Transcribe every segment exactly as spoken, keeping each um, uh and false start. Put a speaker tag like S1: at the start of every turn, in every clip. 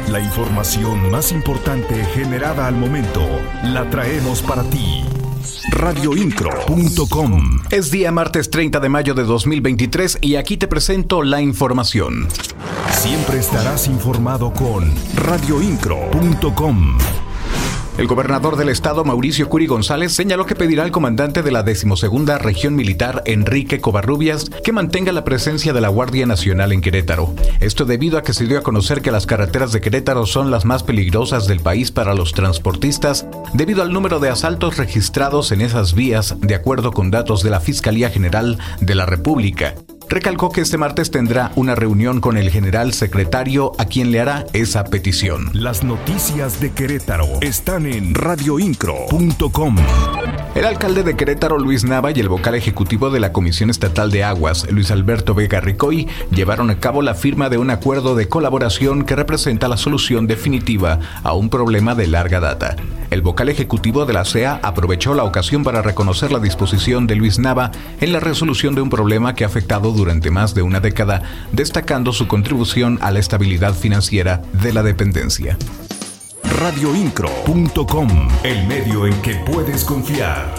S1: La información más importante generada al momento la traemos para ti. radioincro punto com.
S2: Es día martes treinta de mayo de dos mil veintitrés y aquí te presento la información.
S1: Siempre estarás informado con radioincro punto com.
S2: El gobernador del estado, Mauricio Curi González, señaló que pedirá al comandante de la decimosegunda Región Militar, Enrique Covarrubias, que mantenga la presencia de la Guardia Nacional en Querétaro. Esto debido a que se dio a conocer que las carreteras de Querétaro son las más peligrosas del país para los transportistas, debido al número de asaltos registrados en esas vías, de acuerdo con datos de la Fiscalía General de la República. Recalcó que este martes tendrá una reunión con el general secretario a quien le hará esa petición.
S1: Las noticias de Querétaro están en radioincro punto com.
S2: El alcalde de Querétaro, Luis Nava, y el vocal ejecutivo de la Comisión Estatal de Aguas, Luis Alberto Vega Ricoy, llevaron a cabo la firma de un acuerdo de colaboración que representa la solución definitiva a un problema de larga data. El vocal ejecutivo de la C E A aprovechó la ocasión para reconocer la disposición de Luis Nava en la resolución de un problema que ha afectado durante más de una década, destacando su contribución a la estabilidad financiera de la dependencia.
S1: radioincro punto com, el medio en que puedes confiar.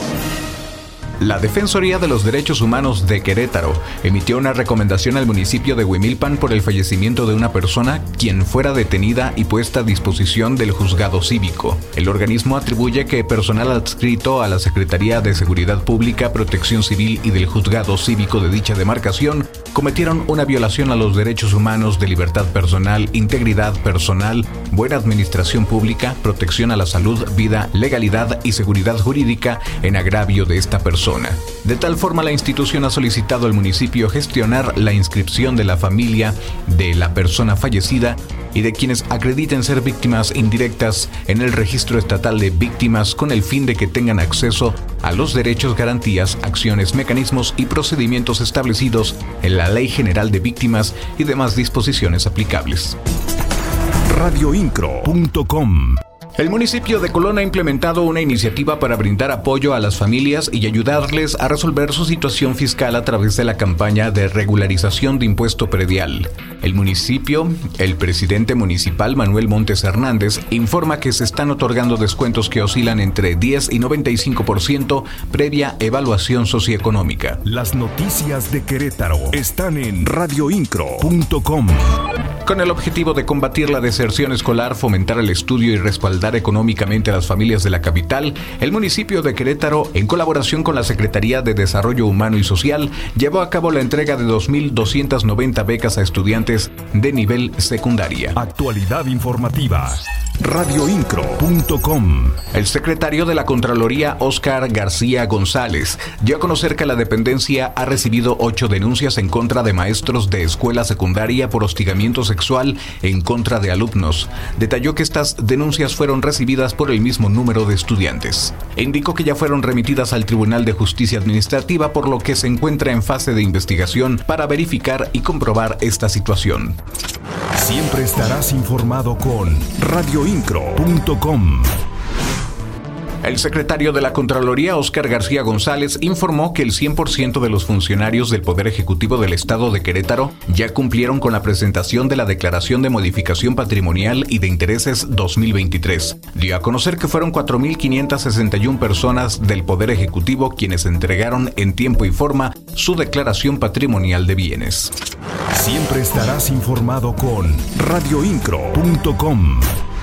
S2: La Defensoría de los Derechos Humanos de Querétaro emitió una recomendación al municipio de Huimilpan por el fallecimiento de una persona quien fuera detenida y puesta a disposición del juzgado cívico. El organismo atribuye que personal adscrito a la Secretaría de Seguridad Pública, Protección Civil y del juzgado cívico de dicha demarcación cometieron una violación a los derechos humanos de libertad personal, integridad personal, buena administración pública, protección a la salud, vida, legalidad y seguridad jurídica en agravio de esta persona. De tal forma, la institución ha solicitado al municipio gestionar la inscripción de la familia de la persona fallecida y de quienes acrediten ser víctimas indirectas en el Registro Estatal de Víctimas con el fin de que tengan acceso a los derechos, garantías, acciones, mecanismos y procedimientos establecidos en la Ley General de Víctimas y demás disposiciones aplicables.
S1: radioincro punto com.
S2: El municipio de Colón ha implementado una iniciativa para brindar apoyo a las familias y ayudarles a resolver su situación fiscal a través de la campaña de regularización de impuesto predial. El municipio, el presidente municipal Manuel Montes Hernández, informa que se están otorgando descuentos que oscilan entre diez y noventa y cinco por ciento previa evaluación socioeconómica.
S1: Las noticias de Querétaro están en radioincro punto com.
S2: Con el objetivo de combatir la deserción escolar, fomentar el estudio y respaldar económicamente a las familias de la capital, el municipio de Querétaro, en colaboración con la Secretaría de Desarrollo Humano y Social, llevó a cabo la entrega de dos mil doscientas noventa becas a estudiantes de nivel secundaria.
S1: Actualidad informativa. radioincro punto com.
S2: El secretario de la Contraloría, Óscar García González, dio a conocer que la dependencia ha recibido ocho denuncias en contra de maestros de escuela secundaria por hostigamiento sexual en contra de alumnos. Detalló que estas denuncias fueron recibidas por el mismo número de estudiantes. E indicó que ya fueron remitidas al Tribunal de Justicia Administrativa, por lo que se encuentra en fase de investigación para verificar y comprobar esta situación.
S1: Siempre estarás informado con radioincro punto com.
S2: El secretario de la Contraloría, Óscar García González, informó que el cien por ciento de los funcionarios del Poder Ejecutivo del Estado de Querétaro ya cumplieron con la presentación de la Declaración de Modificación Patrimonial y de Intereses dos mil veintitrés. Dio a conocer que fueron cuatro mil quinientas sesenta y una personas del Poder Ejecutivo quienes entregaron en tiempo y forma su declaración patrimonial de bienes.
S1: Siempre estarás informado con radioincro punto com.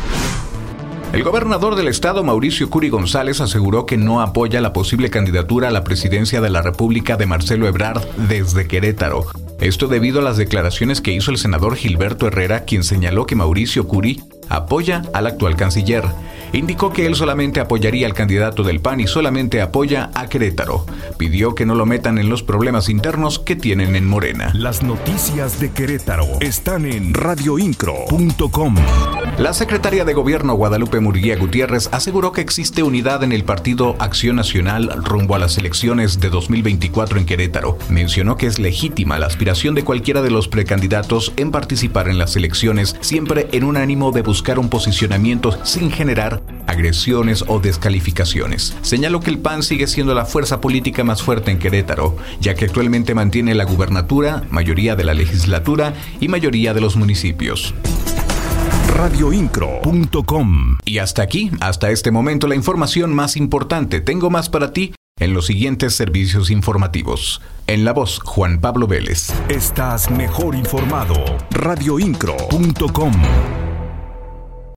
S2: El gobernador del estado, Mauricio Curi González, aseguró que no apoya la posible candidatura a la presidencia de la República de Marcelo Ebrard desde Querétaro. Esto debido a las declaraciones que hizo el senador Gilberto Herrera, quien señaló que Mauricio Curi apoya al actual canciller. Indicó que él solamente apoyaría al candidato del P A N y solamente apoya a Querétaro. Pidió que no lo metan en los problemas internos que tienen en Morena.
S1: Las noticias de Querétaro están en radioincro punto com.
S2: La secretaria de Gobierno, Guadalupe Murguía Gutiérrez, aseguró que existe unidad en el Partido Acción Nacional rumbo a las elecciones de dos mil veinticuatro en Querétaro. Mencionó que es legítima la aspiración de cualquiera de los precandidatos en participar en las elecciones, siempre en un ánimo de buscar un posicionamiento sin generar agresiones o descalificaciones. Señaló que el P A N sigue siendo la fuerza política más fuerte en Querétaro, ya que actualmente mantiene la gubernatura, mayoría de la legislatura y mayoría de los municipios.
S1: radio incro punto com.
S2: Y hasta aquí, hasta este momento, la información más importante. Tengo más para ti en los siguientes servicios informativos. En la voz, Juan Pablo Vélez.
S1: Estás mejor informado. radio incro punto com.